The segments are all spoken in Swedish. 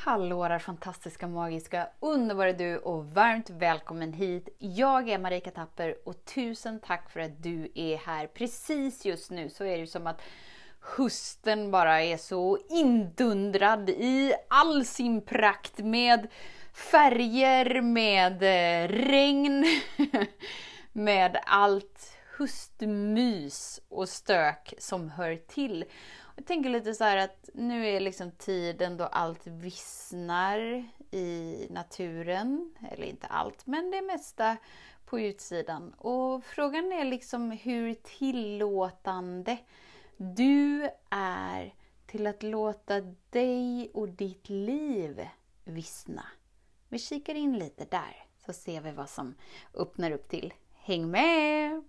Hallå där fantastiska, magiska, underbara du och varmt välkommen hit. Jag är Marika Tapper och tusen tack för att du är här. Precis just nu så är det ju som att hösten bara är så indundrad i all sin prakt med färger, med regn, med allt höstmys och stök som hör till. Jag tänker lite så här att nu är liksom tiden då allt vissnar i naturen. Eller inte allt, men det mesta på utsidan. Och frågan är liksom hur tillåtande du är till att låta dig och ditt liv vissna. Vi kikar in lite där så ser vi vad som öppnar upp till. Häng med!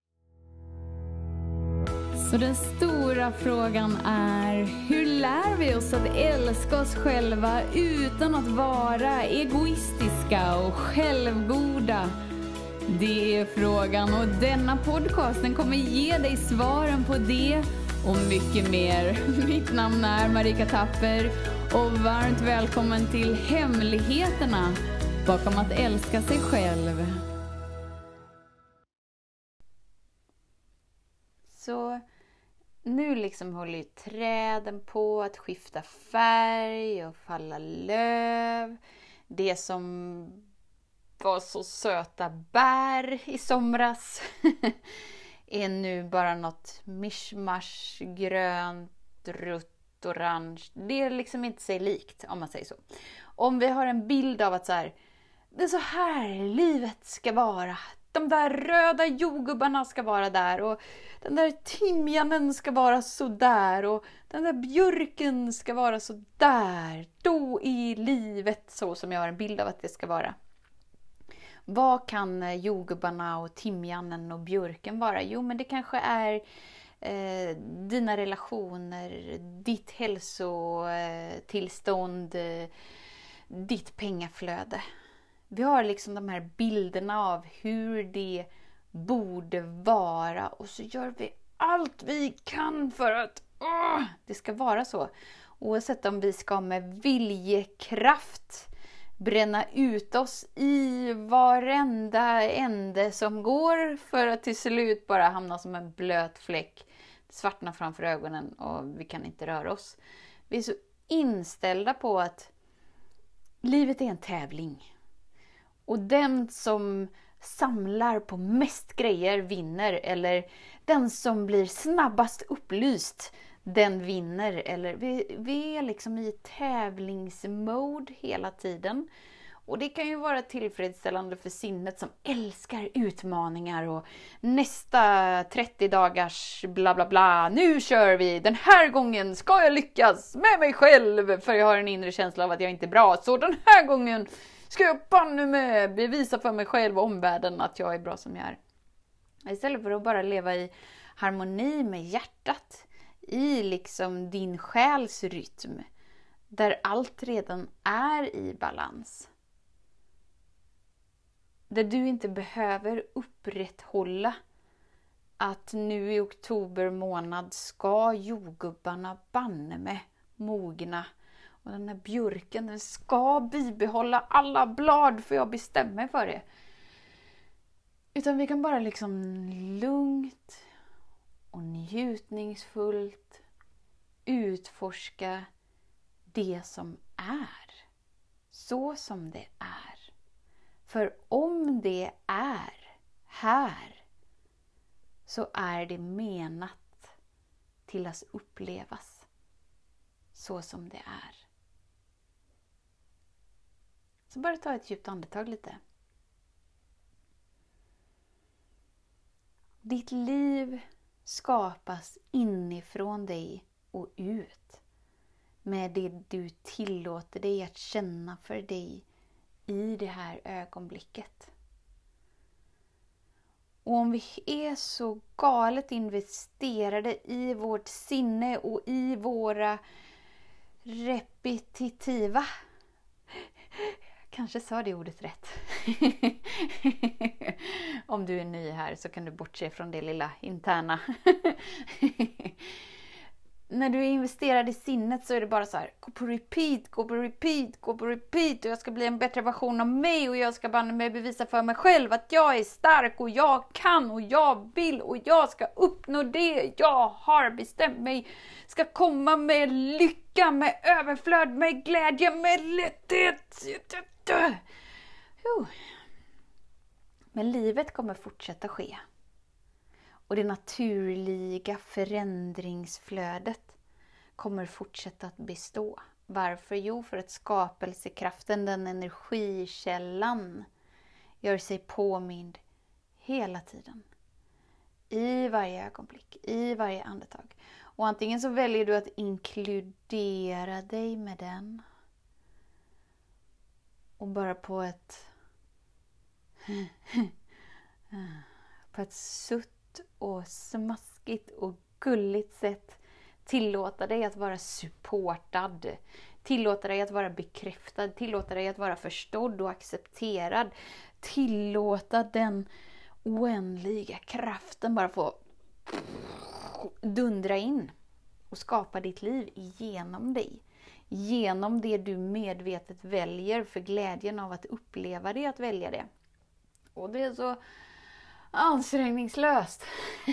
Så den stora frågan är, hur lär vi oss att älska oss själva utan att vara egoistiska och självgoda? Det är frågan och denna podcasten kommer ge dig svaren på det och mycket mer. Mitt namn är Marika Tapper och varmt välkommen till hemligheterna bakom att älska sig själv. Så nu liksom håller ju träden på att skifta färg och falla löv. Det som var så söta bär i somras är nu bara något mischmasch, grönt, rött, orange. Det är liksom inte sig likt om man säger så. Om vi har en bild av att så här, det är så här livet ska vara. De där röda jordgubbarna ska vara där och den där timjanen ska vara så där och den där björken ska vara så där. Då är livet så som jag har en bild av att det ska vara. Vad kan jordgubbarna och timjanen och björken vara? Jo, men det kanske är dina relationer, ditt hälsotillstånd, ditt pengaflöde. Vi har liksom de här bilderna av hur det borde vara och så gör vi allt vi kan för att det ska vara så. Oavsett om vi ska med viljekraft bränna ut oss i varenda ände som går för att till slut bara hamna som en blöt fläck, svartna framför ögonen och vi kan inte röra oss. Vi är så inställda på att livet är en tävling. Och den som samlar på mest grejer vinner. Eller den som blir snabbast upplyst, den vinner. Eller vi är liksom i tävlingsmode hela tiden. Och det kan ju vara tillfredsställande för sinnet som älskar utmaningar. Och nästa 30 dagars bla bla bla. Nu kör vi! Den här gången ska jag lyckas med mig själv. För jag har en inre känsla av att jag inte är bra. Så den här gången ska jag banne med bevisa för mig själv och omvärlden att jag är bra som jag är. Istället för att bara leva i harmoni med hjärtat. I liksom din själs rytm. Där allt redan är i balans. Där du inte behöver upprätthålla att nu i oktober månad ska jordgubbarna banne med mogna. Och den här björken, den ska bibehålla alla blad för jag bestämmer för det. Utan vi kan bara liksom lugnt och njutningsfullt utforska det som är. Så som det är. För om det är här så är det menat till att upplevas så som det är. Så bara ta ett djupt andetag lite. Ditt liv skapas inifrån dig och ut. Med det du tillåter dig att känna för dig i det här ögonblicket. Och om vi är så galet investerade i vårt sinne och i våra repetitiva, kanske sa det ordet rätt. Om du är ny här så kan du bortse från det lilla interna. när du är investerad i sinnet så är det bara så här, gå på repeat och jag ska bli en bättre version av mig och jag ska bara bevisa för mig själv att jag är stark och jag kan och jag vill och jag ska uppnå det jag har bestämt mig ska komma med lycka, med överflöd, med glädje, med lätthet. Men livet kommer fortsätta ske. Och det naturliga förändringsflödet kommer fortsätta att bestå. Varför? Jo, för att skapelsekraften, den energikällan, gör sig påmind hela tiden. I varje ögonblick, i varje andetag. Och antingen så väljer du att inkludera dig med den. Och bara på ett sutt och smaskigt och gulligt sätt tillåta dig att vara supportad, tillåta dig att vara bekräftad, tillåta dig att vara förstådd och accepterad, tillåta den oändliga kraften bara få dundra in och skapa ditt liv genom dig, genom det du medvetet väljer för glädjen av att uppleva det, att välja det. Och det är så ansträngningslöst.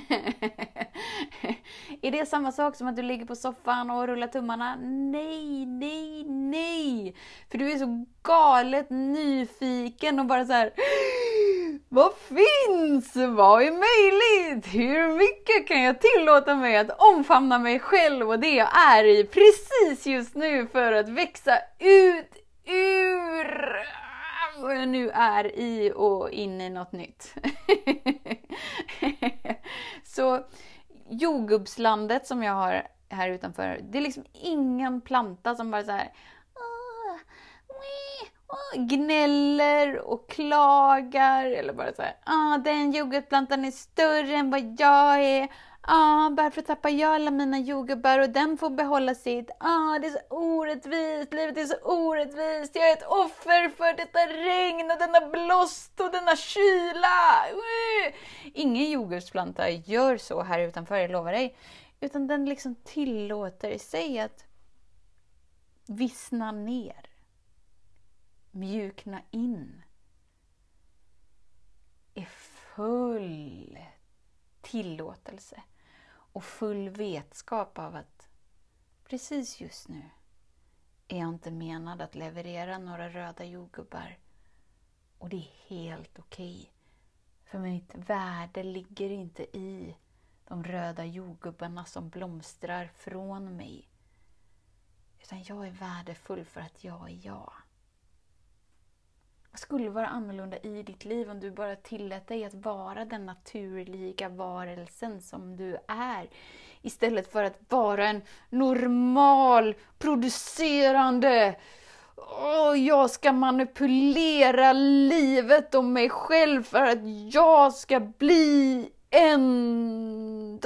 Är det samma sak som att du ligger på soffan och rullar tummarna? Nej. För du är så galet nyfiken och bara så här: vad finns? Vad är möjligt? Hur mycket kan jag tillåta mig att omfamna mig själv och det jag är i precis just nu för att växa ut ur vad jag nu är i och in i något nytt. Så jordgubbslandet som jag har här utanför, det är liksom ingen planta som bara så här gnäller och klagar eller bara så här, den jordgubbsplantan är större än vad jag är. Varför tappar jag alla mina jordgubbar och den får behålla sitt? Det är så orättvist, livet är så orättvist. Jag är ett offer för detta regn och denna blåst och denna kyla. Ingen jordgubbsplanta gör så här utanför, jag lovar dig. Utan den liksom tillåter sig att vissna ner, mjukna in, är full tillåtelse och full vetskap av att precis just nu är jag inte menad att leverera några röda jordgubbar. Och det är helt okej. För mitt värde ligger inte i de röda jordgubbarna som blomstrar från mig. Utan jag är värdefull för att jag är jag. Vad skulle vara annorlunda i ditt liv om du bara tillät dig att vara den naturliga varelsen som du är? Istället för att vara en normal, producerande, jag ska manipulera livet och mig själv för att jag ska bli en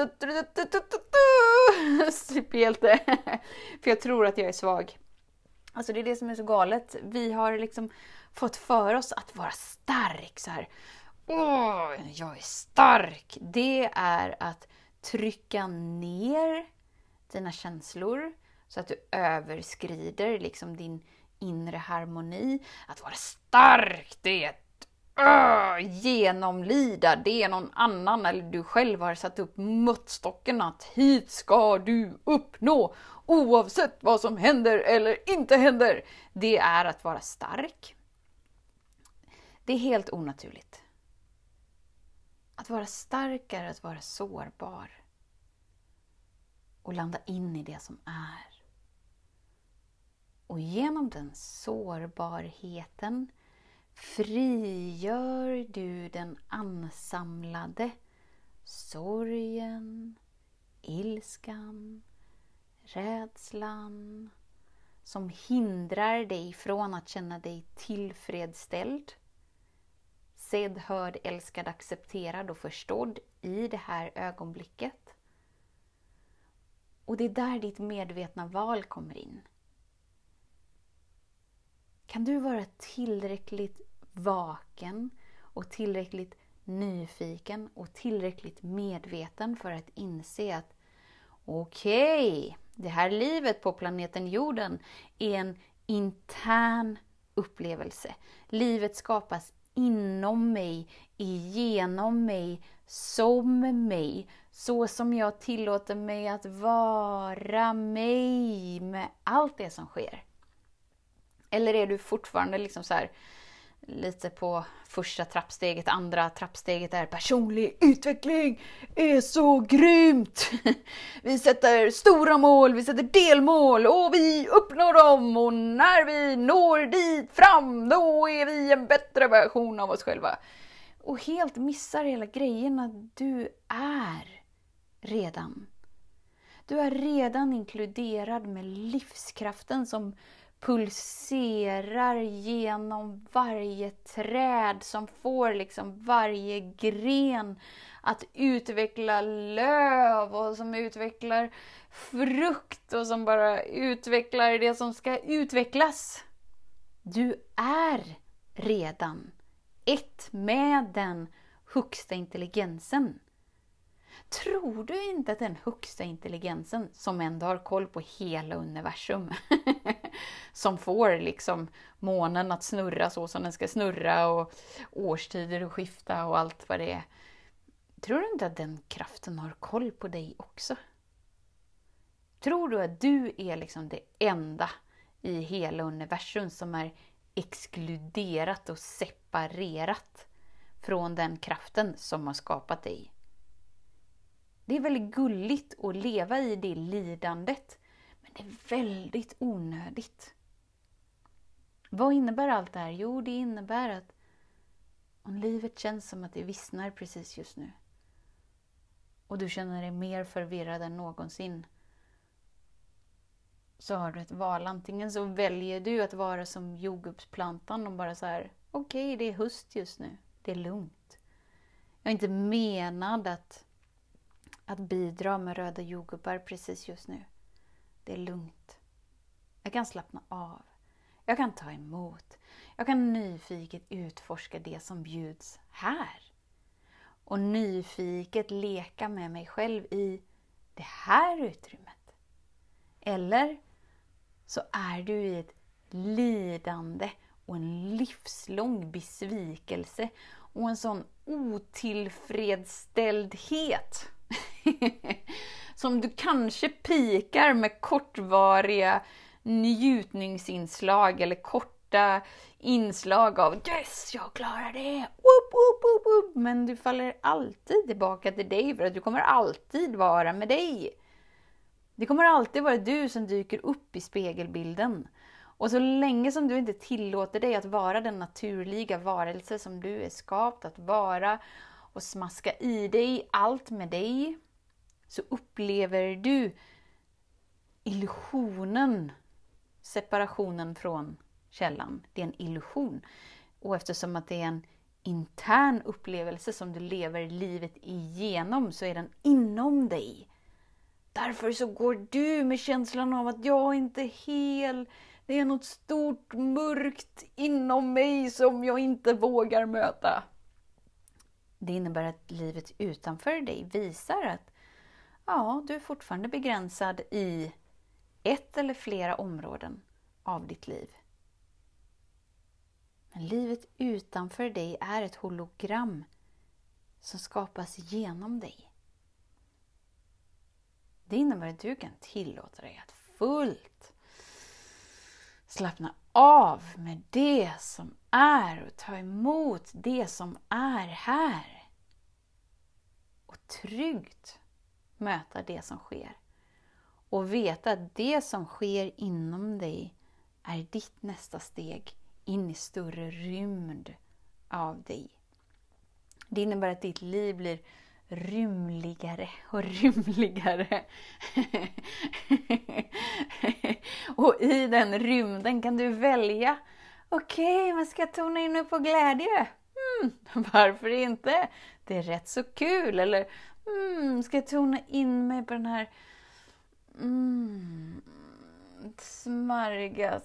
superhjälte. För jag tror att jag är svag. Alltså det är det som är så galet. Vi har liksom fått för oss att vara stark så här. Jag är stark. Det är att trycka ner dina känslor så att du överskrider liksom din inre harmoni. Att vara stark, det är att genomlida. Det är någon annan eller du själv har satt upp måttstocken att hit ska du uppnå oavsett vad som händer eller inte händer. Det är att vara stark. Det är helt onaturligt. Att vara stark är att vara sårbar. Och landa in i det som är. Och genom den sårbarheten frigör du den ansamlade sorgen, ilskan, rädslan som hindrar dig från att känna dig tillfredsställd, sedd, hörd, älskad, accepterad och förstådd i det här ögonblicket. Och det är där ditt medvetna val kommer in. Kan du vara tillräckligt vaken och tillräckligt nyfiken och tillräckligt medveten för att inse att Okej, det här livet på planeten jorden är en intern upplevelse. Livet skapas inom mig, igenom mig, som mig. Så som jag tillåter mig att vara mig med allt det som sker. Eller är du fortfarande liksom så här, lite på första trappsteget, andra trappsteget är personlig utveckling är så grymt. Vi sätter stora mål, vi sätter delmål och vi uppnår dem, och när vi når dit fram, då är vi en bättre version av oss själva. Och helt missar hela grejen att du är redan. Du är redan inkluderad med livskraften som pulserar genom varje träd, som får liksom varje gren att utveckla löv och som utvecklar frukt och som bara utvecklar det som ska utvecklas. Du är redan ett med den högsta intelligensen. Tror du inte att den högsta intelligensen, som ändå har koll på hela universum, som får liksom månen att snurra så som den ska snurra och årstider att skifta och allt vad det är. Tror du inte att den kraften har koll på dig också? Tror du att du är liksom det enda i hela universum som är exkluderat och separerat från den kraften som har skapat dig? Det är väldigt gulligt att leva i det lidandet, men det är väldigt onödigt. Vad innebär allt det här? Jo, det innebär att om livet känns som att det vissnar precis just nu och du känner dig mer förvirrad än någonsin, så har du ett val. Antingen så väljer du att vara som jordgubbsplantan och bara så här: okej, det är höst just nu, det är lugnt. Jag är inte menad att bidra med röda jordgubbar precis just nu. Det är lugnt. Jag kan slappna av. Jag kan ta emot. Jag kan nyfiket utforska det som bjuds här. Och nyfiket leka med mig själv i det här utrymmet. Eller så är du i ett lidande och en livslång besvikelse och en sån otillfredsställdhet som du kanske pikar med kortvariga njutningsinslag eller korta inslag av yes, jag klarar det, woop, woop, woop, woop. Men du faller alltid tillbaka till dig, för att du kommer alltid vara med dig. Det kommer alltid vara du som dyker upp i spegelbilden. Och så länge som du inte tillåter dig att vara den naturliga varelse som du är skapt att vara och smaska i dig allt med dig, så upplever du illusionen, separationen från källan. Det är en illusion. Och eftersom att det är en intern upplevelse som du lever livet igenom, så är den inom dig. Därför så går du med känslan av att jag inte är hel. Det är något stort mörkt inom mig som jag inte vågar möta. Det innebär att livet utanför dig visar att du är fortfarande begränsad i ett eller flera områden av ditt liv. Men livet utanför dig är ett hologram som skapas genom dig. Det innebär att du kan tillåta dig att fullt slappna av med det som är och ta emot det som är här. Och tryggt möta det som sker. Och veta att det som sker inom dig är ditt nästa steg in i större rymd av dig. Det innebär att ditt liv blir rymligare och rymligare. Och i den rymden kan du välja. Okej, men ska jag tona in mig på glädje? Varför inte? Det är rätt så kul. Eller ska jag tona in mig på den här smarriga,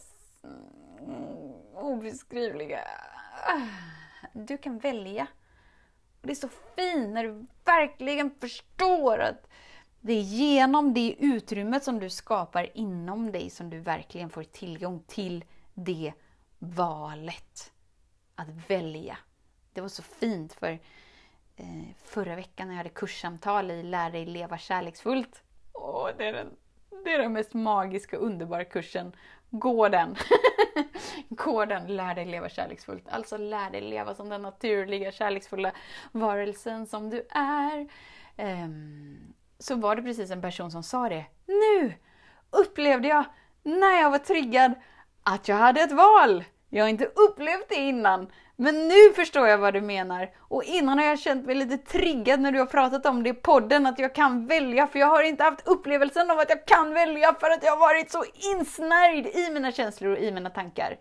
obeskrivliga. Du kan välja. Och det är så fint när du verkligen förstår att Det är genom det utrymmet som du skapar inom dig som du verkligen får tillgång till det valet. Att välja. Det var så fint för förra veckan när jag hade kurssamtal i Lär dig leva kärleksfullt. Det är den mest magiska, underbara kursen. Gå den! Gå den, lär dig leva kärleksfullt. Alltså lär dig leva som den naturliga, kärleksfulla varelsen som du är. Så var det precis en person som sa det. Nu upplevde jag, när jag var triggad, att jag hade ett val. Jag har inte upplevt det innan. Men nu förstår jag vad du menar. Och innan har jag känt mig lite triggad när du har pratat om det i podden. Att jag kan välja. För jag har inte haft upplevelsen av att jag kan välja. För att jag har varit så insnärjd i mina känslor och i mina tankar.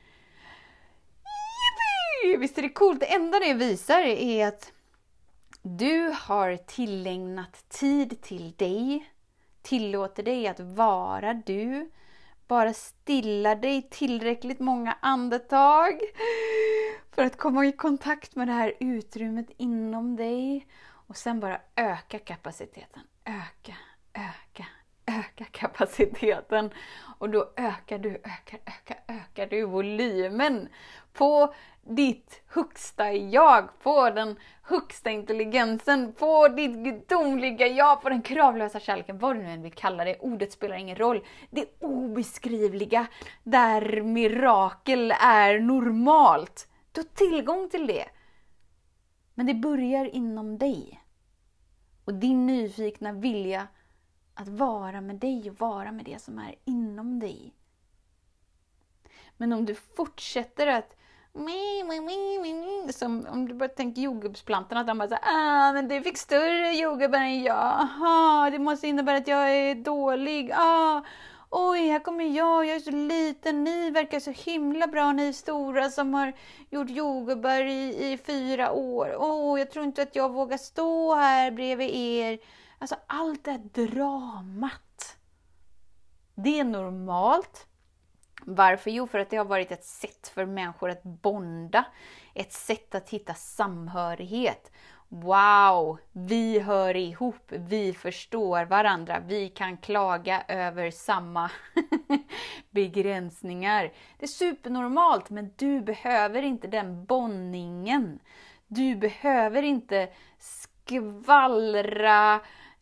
Yippie! Visst är det coolt? Det enda det visar är att du har tillägnat tid till dig. Tillåter dig att vara du. Bara stilla dig tillräckligt många andetag för att komma i kontakt med det här utrymmet inom dig. Och sen bara öka kapaciteten. Öka kapaciteten. Och då ökar du volymen på ditt högsta jag, på den högsta intelligensen, på ditt gudomliga jag, på den kravlösa kärleken, vad du nu än vill kalla det. Ordet spelar ingen roll. Det obeskrivliga, där mirakel är normalt. Du har tillgång till det. Men det börjar inom dig. Och din nyfikna vilja att vara med dig och vara med det som är inom dig. Men om du fortsätter att som om du bara tänker jordgubbsplantorna, att de bara säger, men du fick större jordgubbar än jag. Aha, det måste innebära att jag är dålig. Oj, här kommer jag är så liten. Ni verkar så himla bra, ni stora som har gjort jordgubbar i 4 år. Jag tror inte att jag vågar stå här bredvid er. Alltså allt det här dramat. Det är normalt. Varför? Jo, för att det har varit ett sätt för människor att bonda. Ett sätt att hitta samhörighet. Wow, vi hör ihop, vi förstår varandra, vi kan klaga över samma begränsningar. Det är supernormalt, men du behöver inte den bondningen. Du behöver inte skvallra.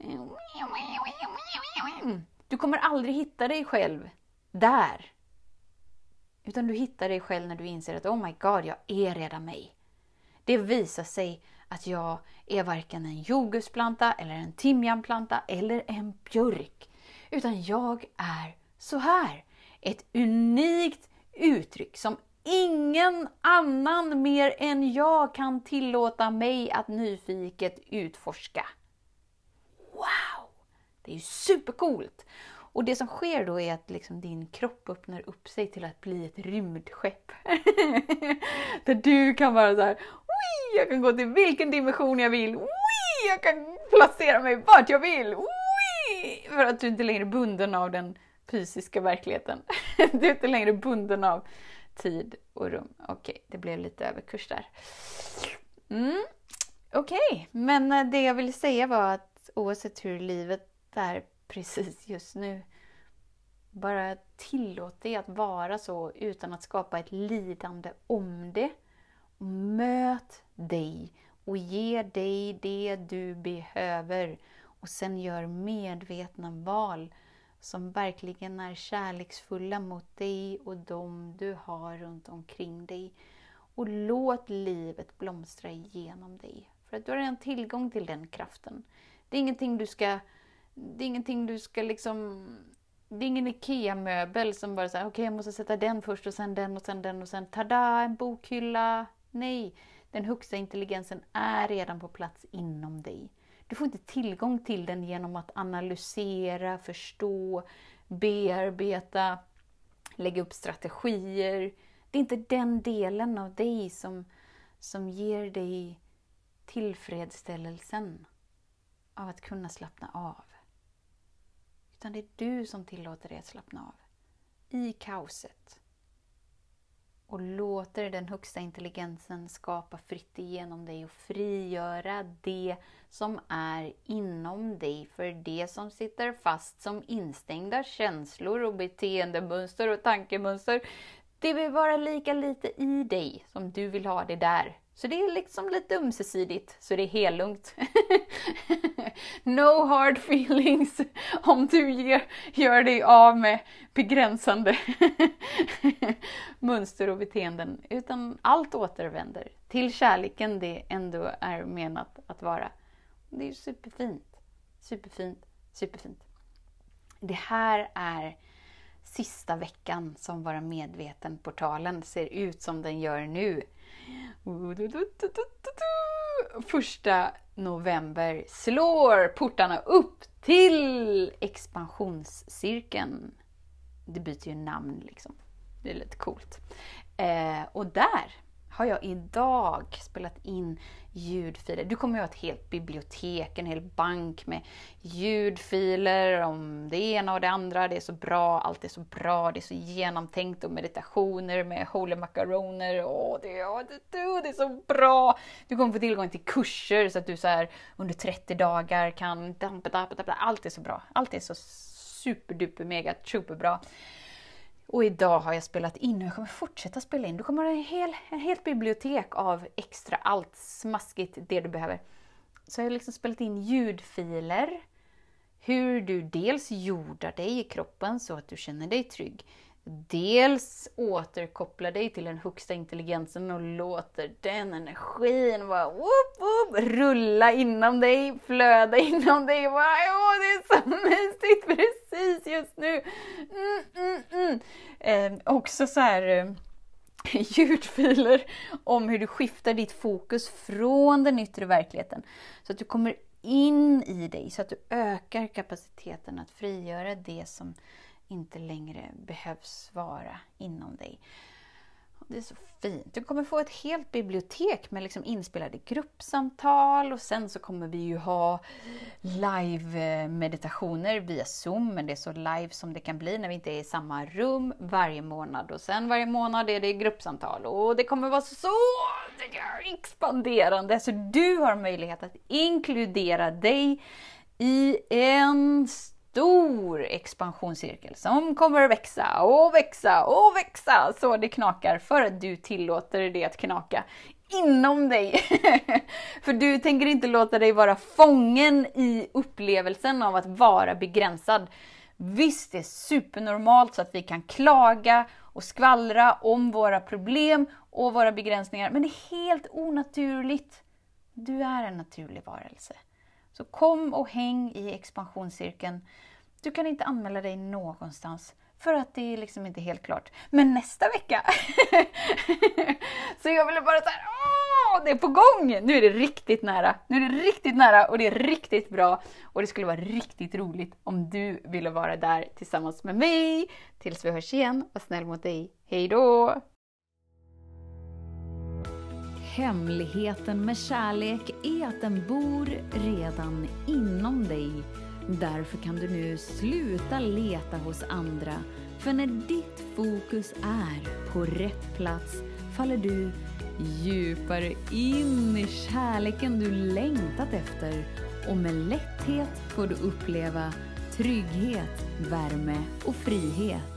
Du kommer aldrig hitta dig själv där. Utan du hittar dig själv när du inser att oh my god, jag är redan mig. Det visar sig att jag är varken en jordgubbsplanta eller en timjanplanta eller en björk. Utan jag är så här. Ett unikt uttryck som ingen annan mer än jag kan tillåta mig att nyfiket utforska. Wow! Det är ju supercoolt! Och det som sker då är att liksom din kropp öppnar upp sig till att bli ett rymdskepp. Där du kan vara så här, jag kan gå till vilken dimension jag vill. Jag kan placera mig vart jag vill. För att du inte längre är bunden av den fysiska verkligheten. Du är inte längre bunden av tid och rum. Okej, det blev lite överkurs där. Okej, men det jag ville säga var att oavsett hur livet är precis just nu, bara tillåt dig att vara så utan att skapa ett lidande om det. Och möt dig och ge dig det du behöver. Och sen gör medvetna val som verkligen är kärleksfulla mot dig och de du har runt omkring dig. Och låt livet blomstra igenom dig. För att du har redan tillgång till den kraften. Det är ingenting du ska liksom... Det är ingen IKEA-möbel som bara säger okej, jag måste sätta den först och sen den och sen den och sen tada, en bokhylla. Nej, den högsta intelligensen är redan på plats inom dig. Du får inte tillgång till den genom att analysera, förstå, bearbeta, lägga upp strategier. Det är inte den delen av dig som ger dig tillfredsställelsen av att kunna slappna av. Utan det är du som tillåter dig att slappna av i kaoset. och låter den högsta intelligensen skapa fritt igenom dig och frigöra det som är inom dig. För det som sitter fast som instängda känslor och beteendemönster och tankemönster, det vill vara lika lite i dig som du vill ha det där. Så det är liksom lite ömsesidigt, så det är helt lugnt. No hard feelings om du gör dig av med begränsande mönster och beteenden. Utan allt återvänder till kärleken det ändå är menat att vara. Det är superfint, superfint, superfint. Det här är sista veckan som Vara medveten-portalen ser ut som den gör nu. 1 november slår portarna upp till expansionscirkeln. Det byter ju namn liksom. Det är lite coolt. Och där har jag idag spelat in ljudfiler. Du kommer ju ha ett helt bibliotek, en hel bank med ljudfiler om det ena och det andra. Det är så bra, allt är så bra, det är så genomtänkt och meditationer med holy macaroner. Det är så bra. Du kommer få tillgång till kurser så att du så här under 30 dagar kan allt är så bra. Allt är så superduper mega superbra. Och idag har jag spelat in och jag kommer fortsätta spela in. Du kommer ha en helt bibliotek av extra allt smaskigt det du behöver. Så jag har liksom spelat in ljudfiler. Hur du dels jordar dig i kroppen så att du känner dig trygg. Dels återkopplar dig till den högsta intelligensen och låter den energin bara rulla inom dig, flöda inom dig. Det är så mysigt precis just nu. Också så här ljudfiler om hur du skiftar ditt fokus från den yttre verkligheten. Så att du kommer in i dig, så att du ökar kapaciteten att frigöra det som inte längre behövs vara inom dig. Det är så fint. Du kommer få ett helt bibliotek med liksom inspelade gruppsamtal och sen så kommer vi ju ha live-meditationer via Zoom, men det är så live som det kan bli när vi inte är i samma rum varje månad. Och sen varje månad är det gruppsamtal och det kommer vara så expanderande. Så du har möjlighet att inkludera dig i en stor expansionscirkel som kommer att växa och växa och växa så det knakar, för att du tillåter det att knaka inom dig. För du tänker inte låta dig vara fången i upplevelsen av att vara begränsad. Visst, det är supernormalt så att vi kan klaga och skvallra om våra problem och våra begränsningar, men det är helt onaturligt. Du är en naturlig varelse. Så kom och häng i expansionscirkeln. Du kan inte anmäla dig någonstans för att det är liksom inte helt klart. Men nästa vecka så jag ville bara så här, det är på gång. Nu är det riktigt nära. Nu är det riktigt nära och det är riktigt bra. Och det skulle vara riktigt roligt om du ville vara där tillsammans med mig. Tills vi hörs igen. Var snäll mot dig. Hej då! Hemligheten med kärlek är att den bor redan inom dig. Därför kan du nu sluta leta hos andra. För när ditt fokus är på rätt plats faller du djupare in i kärleken du längtat efter. Och med lätthet får du uppleva trygghet, värme och frihet.